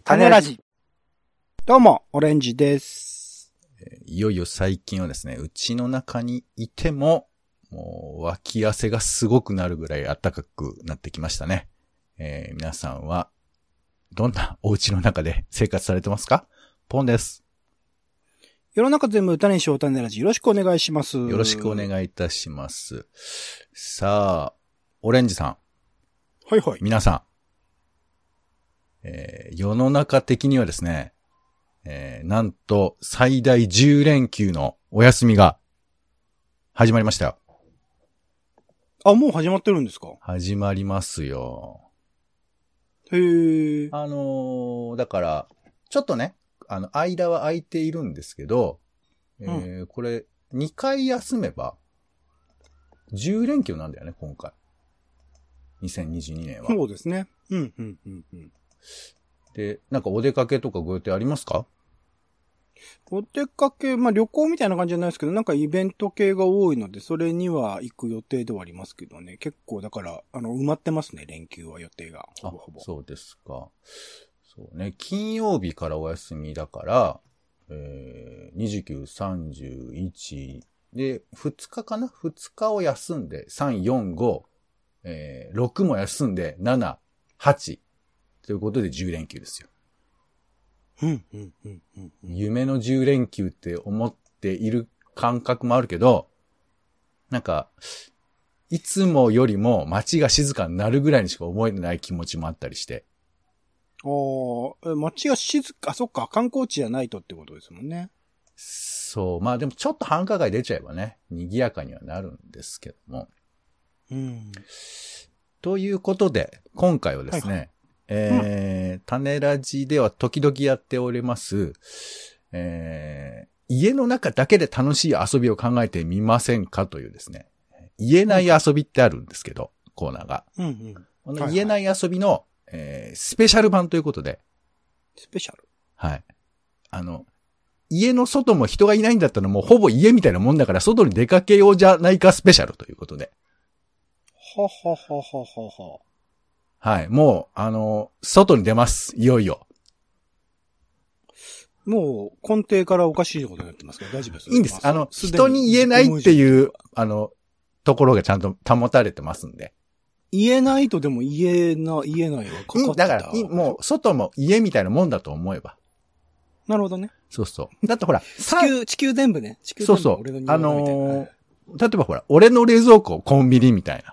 種ラジ。どうも、オレンジです。 いよいよ最近はですね、うちの中にいても、もう脇汗がすごくなるぐらい暖かくなってきましたね。皆さんは、どんなお家の中で生活されてますか？ポンです。 世の中全部種にしよう種ラジ。よろしくお願いします。 よろしくお願いいたします。さあ、オレンジさん。 はいはい。 皆さん。世の中的にはですね、なんと最大10連休のお休みが始まりましたよ。 あ、もう始まってるんですか？ 始まりますよ。 へー。 だから、ちょっとね、間は空いているんですけど、これ、2回休めば、10連休なんだよね、今回。2022年は。 そうですね。うん。 で、なんかお出かけとかご予定ありますか？ お出かけ、まあ旅行みたいな感じじゃないですけど、なんかイベント系が多いので、それには行く予定ではありますけどね。結構だから、埋まってますね、連休は予定が。ほぼほぼ。 そうですか。そうね、金曜日からお休みだから、29、31で、2日かな ?2 日を休んで、3、4、5、6も休んで、7、8。ということで10連休ですよ。夢の10連休って思っている感覚もあるけど、なんか、いつもよりも街が静かになるぐらいにしか思えない気持ちもあったりして。 街が静か、そっか、観光地じゃないとってことですもんね。 そう、まあでもちょっと繁華街出ちゃえばね、賑やかにはなるんですけども。ということで、今回はですね、種ラジでは時々やっております、家の中だけで楽しい遊びを考えてみませんかというですね、言えない遊びってあるんですけど、コーナーが。この言えない遊びの、スペシャル版ということで。 スペシャル？ はい。家の外も人がいないんだったらもうほぼ家みたいなもんだから外に出かけようじゃないかスペシャルということで。はい。もう、外に出ます。いよいよ。 もう、根底からおかしいことになってますから大丈夫です。 いいんです。人に言えないっていう、ところがちゃんと保たれてますんで。 言えないとでも言えないはかかってた。 だから、もう、外も家みたいなもんだと思えば。 なるほどね。 そうそう。だってほら、 地球全部ね。地球全部。そうそう。例えばほら、俺の冷蔵庫コンビニみたいな。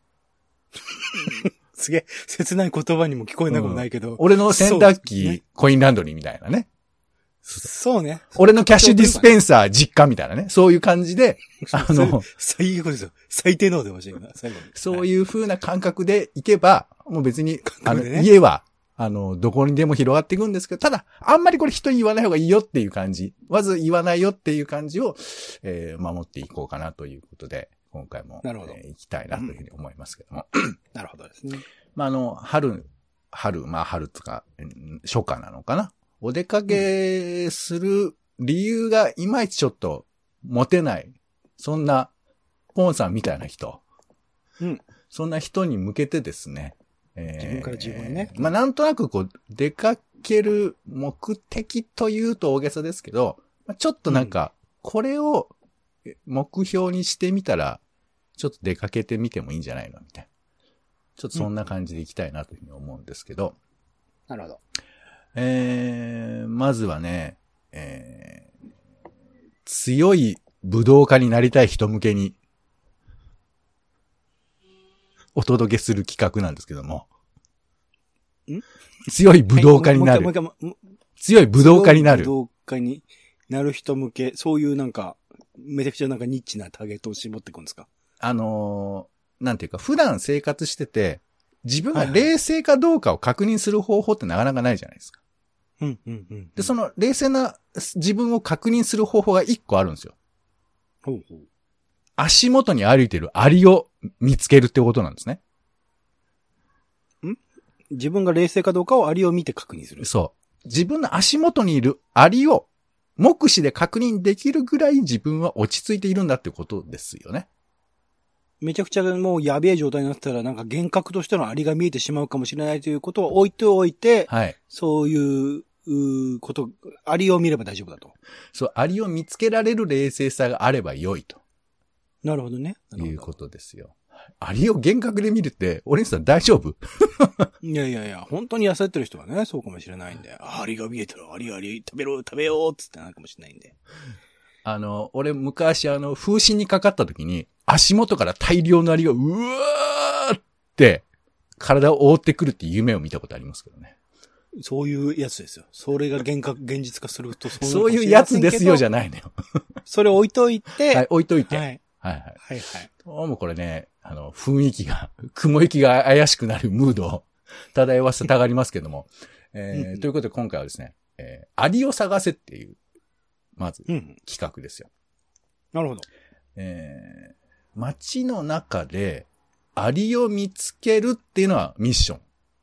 すげえ、切ない言葉にも聞こえなくもないけど。 俺の洗濯機、コインランドリーみたいなね。 そうね。 俺のキャッシュディスペンサー実家みたいなね。そういう感じで、 最悪ですよ。最低能でほしいな、最後に。 そういう風な感覚でいけば、もう別に、家は、どこにでも広がっていくんですけど、ただ、あんまりこれ人に言わない方がいいよっていう感じ。まず言わないよっていう感じを、守っていこうかなということで、今回も、行きたいなというふうに思いますけども。 なるほどですね。 まあ、春とか、初夏なのかな。お出かけする理由がいまいちちょっと持てない。そんな、ポンさんみたいな人。そんな人に向けてですね。 自分から自分ね。 まあ、なんとなくこう、出かける目的というと大げさですけど、ちょっとなんか、これを目標にしてみたら、ちょっと出かけてみてもいいんじゃないのみたいな。ちょっとそんな感じでいきたいなというふうに思うんですけど。 なるほど。 まずはね、強い武道家になりたい人向けにお届けする企画なんですけども。強い武道家になる。強い武道家になる。 武道家になる人向け、そういうなんか、めちゃくちゃなんかニッチなターゲットを絞っていくんですか？ なんていうか、普段生活してて、自分が冷静かどうかを確認する方法ってなかなかないじゃないですか。で、その冷静な自分を確認する方法が一個あるんですよ。足元に歩いてるアリを見つけるってことなんですね。 自分が冷静かどうかをアリを見て確認する。 そう。自分の足元にいるアリを目視で確認できるぐらい自分は落ち着いているんだってことですよね。 めちゃくちゃもうやべえ状態になったら、なんか幻覚としてのアリが見えてしまうかもしれないということを置いておいて、 はい。 そういうこと、アリを見れば大丈夫だと。 そう、アリを見つけられる冷静さがあれば良いと。 なるほどね。 いうことですよ。アリを幻覚で見るって、オレンジさん大丈夫？ いやいやいや、本当に痩せてる人はね、そうかもしれないんで、アリが見えてる、アリ食べようっつってなるかもしれないんで。 俺昔風疹にかかった時に、足元から大量のアリがうわーって体を覆ってくるっていう夢を見たことありますけどね。 そういうやつですよ。それが現実化するとそういうやつですよじゃないのよ。 それ置いといて。 はい、置いといて。 はい。 はいはい。 はいはい。 どうもこれね、雰囲気が、雲行きが怪しくなるムードを漂わせたがりますけども。ということで今回はですね、アリを探せっていう、まず、企画ですよ。 なるほど。 街の中でアリを見つけるっていうのはミッション。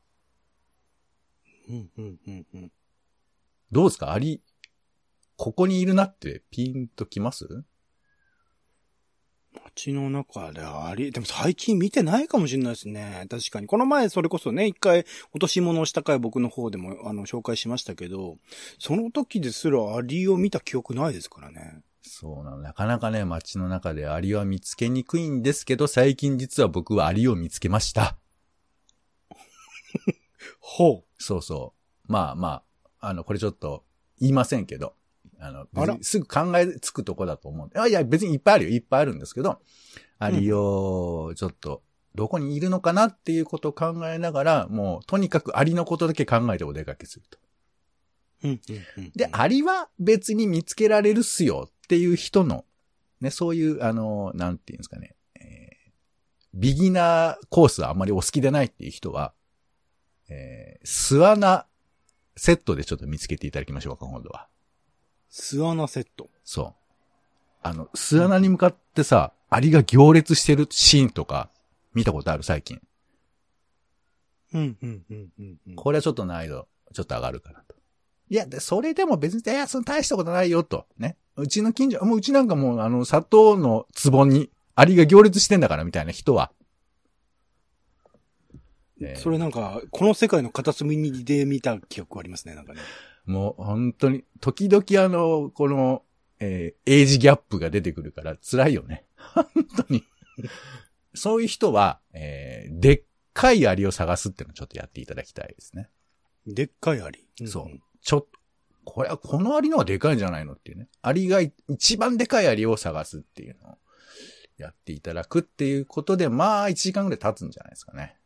どうですか？アリ、ここにいるなってピンときます？ 街の中でアリ、でも最近見てないかもしれないですね。確かに。この前それこそね、一回落とし物をした回僕の方でも紹介しましたけど、その時ですらアリを見た記憶ないですからね。 そうなの。なかなかね、街の中でアリは見つけにくいんですけど、最近実は僕はアリを見つけました。 ほう。 そうそう。まあまあ、これちょっと言いませんけど、別にすぐ考えつくとこだと思うんで。いや、別にいっぱいあるよ。いっぱいあるんですけど、アリをちょっと、どこにいるのかなっていうことを考えながら、もう、とにかくアリのことだけ考えてお出かけすると。で、アリは別に見つけられるっすよっていう人の、ね、そういう、なんていうんですかね、ビギナーコースはあんまりお好きでないっていう人は、巣穴セットでちょっと見つけていただきましょうか、今度は。 巣穴セット。 そう。巣穴に向かってさ、アリが行列してるシーンとか、見たことある最近。これはちょっと難易度、ちょっと上がるかなと。いや、それでも別に、その大したことないよと。ね。うちの近所、もううちなんかもう砂糖の壺にアリが行列してんだからみたいな人は。 それなんか、この世界の片隅で見た記憶ありますね、なんかね。 もう本当に、時々この、エイジギャップが出てくるから辛いよね。本当に。そういう人は、でっかいアリを探すっていうのをちょっとやっていただきたいですね。 でっかいアリ。 そう。このアリの方がでかいんじゃないのっていうね。アリが一番でかいアリを探すっていうのをやっていただくっていうことで、まあ1時間ぐらい経つんじゃないですかね。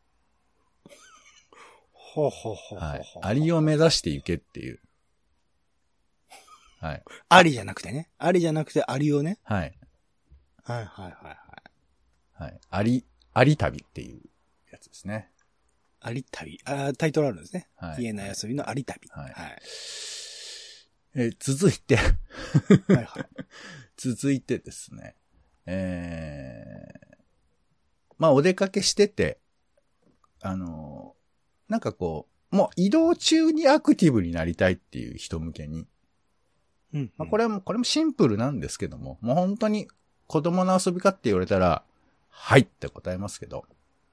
はい。アリを目指していけっていう。はい。 アリじゃなくてね。アリじゃなくてアリをね。 はい。 はい。 はい。アリ旅っていうやつですね。 アリ旅。タイトルあるんですね。 はい。 家の遊びのアリ旅。 はい。続いて続いてですね。まあ、お出かけしてて、なんかこう、もう移動中にアクティブになりたいっていう人向けに。まあ、これもシンプルなんですけども、もう本当に子供の遊びかって言われたら、はいって答えますけど、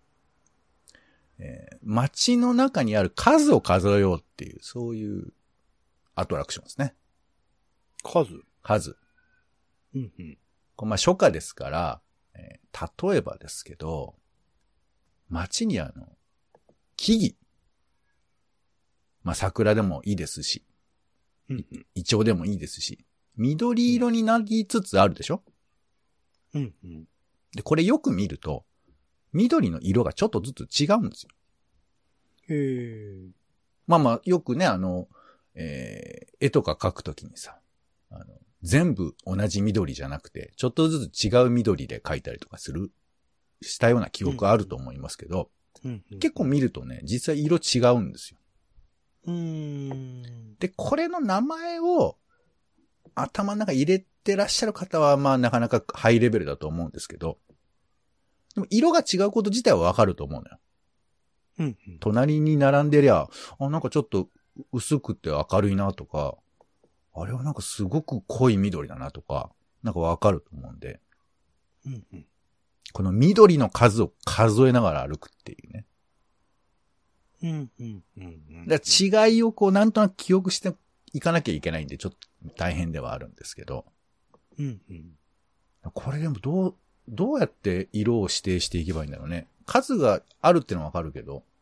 街の中にある数を数えようっていう、そういうアトラクションですね。数。まあ初夏ですから、例えばですけど、街に木々。まあ桜でもいいですし、イチョウでもいいですし、緑色になりつつあるでしょ？で、これよく見ると、緑の色がちょっとずつ違うんですよ。まあまあ、よくね、絵とか描くときにさ、全部同じ緑じゃなくて、ちょっとずつ違う緑で描いたりとかしたような記憶あると思いますけど、結構見るとね、実際色違うんですよ。で、これの名前を頭の中入れてらっしゃる方は、まあなかなかハイレベルだと思うんですけど、でも色が違うこと自体はわかると思うのよ。隣に並んでりゃ、なんかちょっと薄くて明るいなとか、あれはなんかすごく濃い緑だなとか、なんかわかると思うんで。 この緑の数を数えながら歩くっていうね。だから違いをこうなんとなく記憶していかなきゃいけないんでちょっと大変ではあるんですけど。これでもどうやって色を指定していけばいいんだろうね。数があるってのはわかるけど、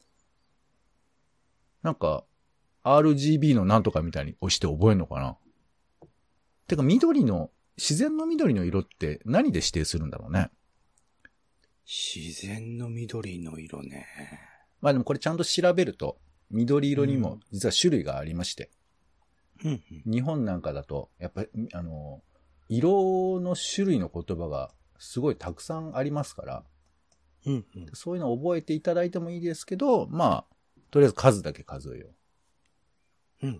なんか RGB のなんとかみたいに押して覚えるのかな。てか自然の緑の色って何で指定するんだろうね。 自然の緑の色ね。 まあでもこれちゃんと調べると、緑色にも実は種類がありまして。日本なんかだと、やっぱり、色の種類の言葉がすごいたくさんありますから、そういうのを覚えていただいてもいいですけど、まあ、とりあえず数だけ数えよう。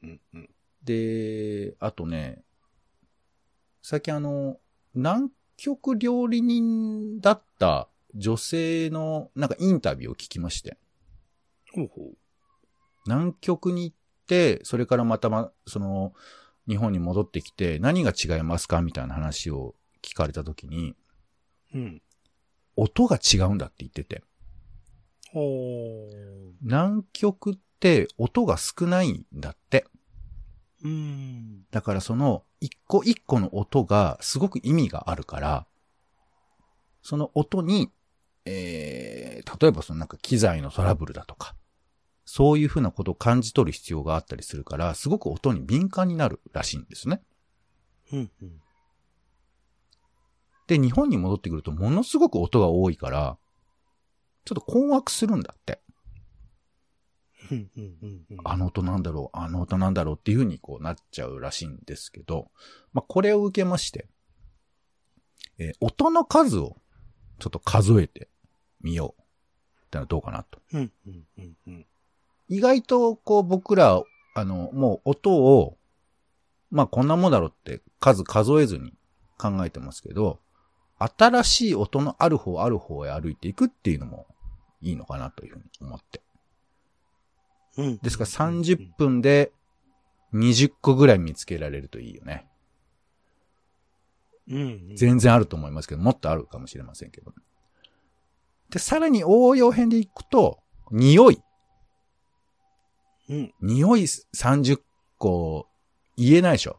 で、あとね、最近南極料理人だった女性のなんかインタビューを聞きまして。南極に行って、それからまた日本に戻ってきて何が違いますかみたいな話を聞かれたときに、音が違うんだって言ってて。南極って音が少ないんだって。だから一個一個の音がすごく意味があるから、その音に、例えばなんか機材のトラブルだとか、そういうふうなことを感じ取る必要があったりするから、すごく音に敏感になるらしいんですね。で、日本に戻ってくるとものすごく音が多いから、ちょっと困惑するんだって。あの音なんだろう、あの音なんだろうっていう風にこうなっちゃうらしいんですけど、まあ、これを受けまして、音の数をちょっと数えてみようってのはどうかなと。意外とこう僕ら、もう音を、まあ、こんなもんだろうって数えずに考えてますけど、新しい音のある方へ歩いていくっていうのもいいのかなというふうに思って。ですから30分で20個ぐらい見つけられるといいよね。全然あると思いますけど、もっとあるかもしれませんけど。で、さらに応用編でいくと、匂い。匂い30個言えないでしょ。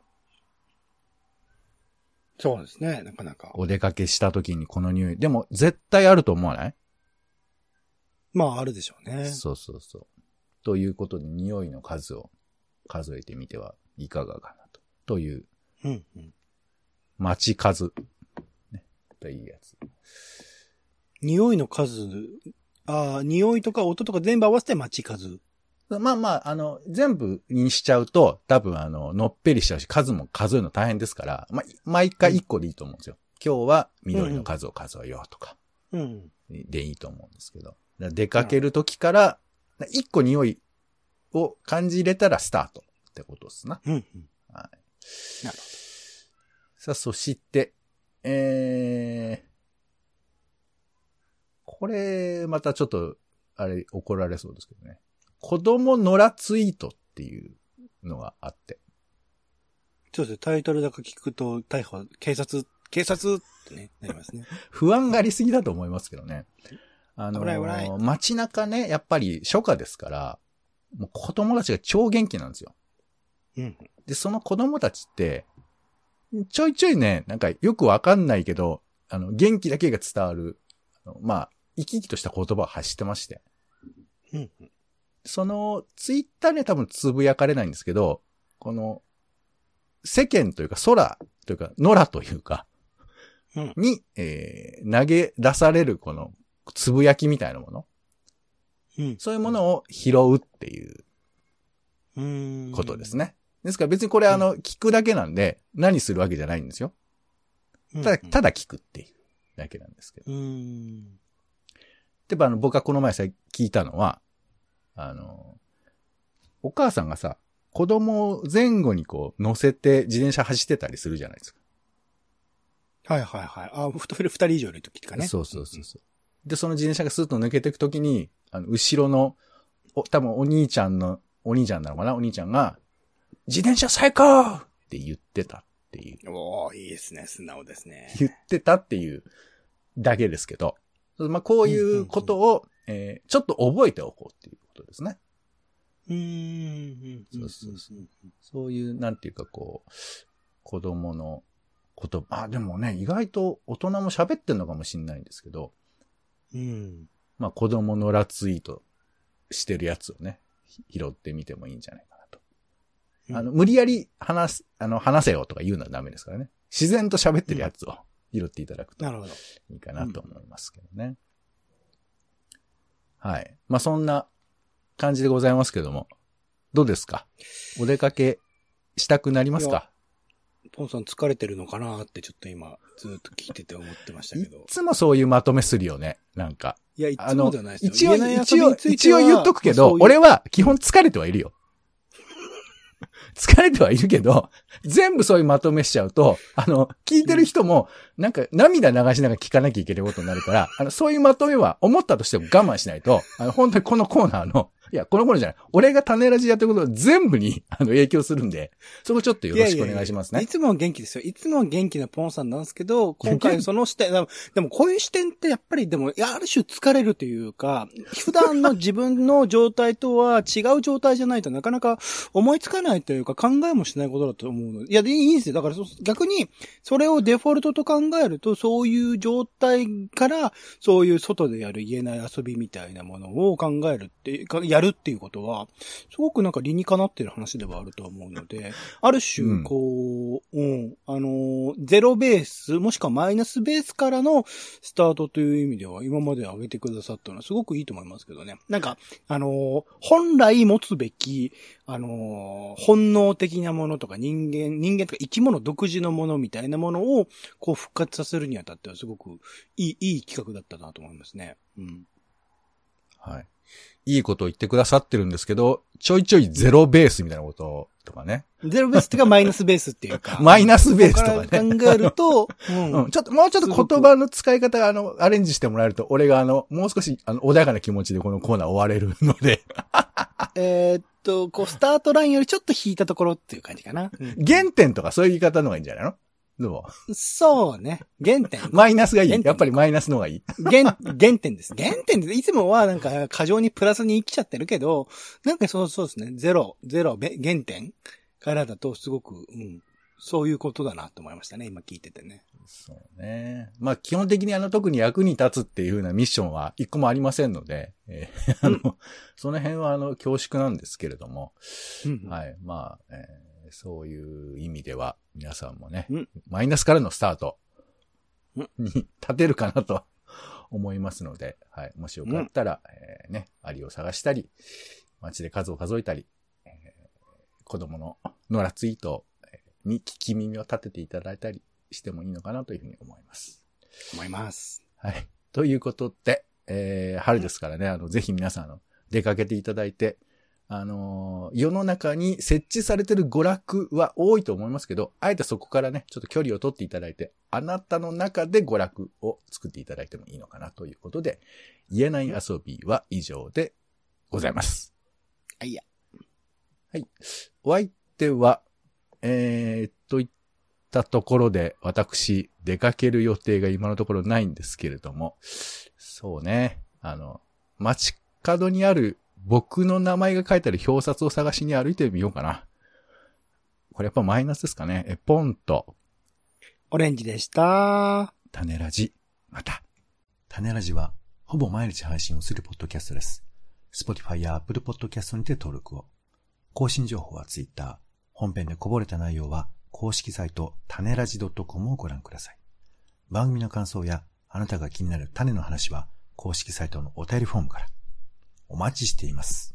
そうですね、なかなか。 お出かけした時にこの匂い。でも絶対あると思わない？ まああるでしょうね。 そう。ということで、匂いの数を数えてみてはいかがかなと。という。街数。ね。というやつ。 匂いの数、匂いとか音とか全部合わせて街数。 まあ、全部にしちゃうと、多分のっぺりしちゃうし、数も数えるの大変ですから、毎回1個でいいと思うんですよ。今日は緑の数を数えようとか。でいいと思うんですけど。出かけるときから、1個匂いを感じ入れたらスタートってことですな。はい。なるほど。さあ、そして、これ、またちょっと、怒られそうですけどね。子供野良ツイートっていうのがあって。 そうですね。タイトルだけ聞くと、逮捕、警察ってね、なりますね。 不安がありすぎだと思いますけどね。 危ない街中ね、やっぱり初夏ですから、もう子供たちが超元気なんですよ。で、その子供たちって、ちょいちょいね、なんかよくわかんないけど、元気だけが伝わる、生き生きとした言葉を発してまして。その、ツイッターで多分つぶやかれないんですけど、この、世間というか空というか、野良というか、に、投げ出されるこの、つぶやきみたいなもの。そういうものを拾うっていうことですね。ですから別にこれ聞くだけなんで、何するわけじゃないんですよ。ただ聞くっていうだけなんですけど。で、僕がこの前聞いたのは、お母さんがさ、子供を前後にこう乗せて自転車走ってたりするじゃないですか。 二人以上いるときとかね。 そう。で、その自転車がスッと抜けていくときに、後ろの、多分お兄ちゃんなのかな？お兄ちゃんが、自転車最高って言ってたっていう。 おー、いいですね。素直ですね。 言ってたっていうだけですけど、まあ、こういうことを、ちょっと覚えておこうっていうことですね。そうそうそう。そういう、なんていうかこう、子供のことでもね、意外と大人も喋ってんのかもしれないんですけど、まあ子供のラツイートしてるやつをね、拾ってみてもいいんじゃないかなと。無理やり話せよとか言うのはダメですからね。自然と喋ってるやつを拾っていただくといいかなと思いますけどね。はい。まあそんな感じでございますけども、どうですか？お出かけしたくなりますか？ ポンさん疲れてるのかなってちょっと今ずっと聞いてて思ってましたけど。 いつもそういうまとめするよね、なんか。 いや、いつもじゃないですよ。 一応言っとくけど、俺は基本疲れてはいるよ。疲れてはいるけど、全部そういうまとめしちゃうと、聞いてる人も、なんか涙流しながら聞かなきゃいけないことになるから、そういうまとめは思ったとしても我慢しないと、本当にこのコーナーの、いや、この頃じゃない。俺が種ラジやってること全部に影響するんで、そこちょっとよろしくお願いしますね。 いつも元気ですよ。いつも元気なポンさんなんですけど、今回その視点、でもこういう視点ってやっぱりでも、ある種疲れるというか、普段の自分の状態とは違う状態じゃないとなかなか思いつかないというか考えもしないことだと思うので。いや、いいんですよ。だから逆に、それをデフォルトと考えると、そういう状態から、そういう外でやる言えない遊びみたいなものを考えるって、やるっていうことは、すごくなんか理にかなってる話ではあると思うので、ある種、こう、ゼロベース、もしくはマイナスベースからのスタートという意味では、今まで上げてくださったのはすごくいいと思いますけどね。なんか、本来持つべき、本能的なものとか人間とか生き物独自のものみたいなものを、こう復活させるにあたってはすごくいい企画だったなと思いますね。 はい。いいことを言ってくださってるんですけど、ちょいちょいゼロベースみたいなこととかね。 ゼロベースっていうかマイナスベースっていうか。 マイナスベースとかね。考えると、 もうちょっと言葉の使い方アレンジしてもらえると、俺がもう少し穏やかな気持ちでこのコーナー終われるので。 こうスタートラインよりちょっと引いたところっていう感じかな。 原点とかそういう言い方の方がいいんじゃないの？どう？そうね。原点。 マイナスがいい。やっぱりマイナスの方がいい。 原点です。原点でいつもはなんか過剰にプラスに生きちゃってるけど、なんかそうですね。ゼロ、原点からだとすごく、そういうことだなと思いましたね。今聞いててね。 そうね。まあ基本的に特に役に立つっていう風なミッションは一個もありませんので、その辺は恐縮なんですけれども、はい。まあ、そういう意味では皆さんもね、マイナスからのスタートに立てるかなと思いますので、はい。もしよかったら、アリを探したり、街で数を数えたり、子供の野良ツイートに聞き耳を立てていただいたりしてもいいのかなというふうに思います。はい。ということで、春ですからね、ぜひ皆さん出かけていただいて、世の中に設置されている娯楽は多いと思いますけど、あえてそこからね、ちょっと距離を取っていただいて、あなたの中で娯楽を作っていただいてもいいのかなということで、言えない遊びは以上でございます。 はい。 お相手は、といったところで、私、出かける予定が今のところないんですけれども、そうね、街角にある僕の名前が書いてある表札を探しに歩いてみようかな。これやっぱマイナスですかね。ポンと。 オレンジでした。 種ラジ。また。種ラジは、ほぼ毎日配信をするポッドキャストです。Spotify や Apple Podcast にて登録を。更新情報は Twitter。本編でこぼれた内容は、公式サイト、種ラジ .com をご覧ください。番組の感想や、あなたが気になる種の話は、公式サイトのお便りフォームから。お待ちしています。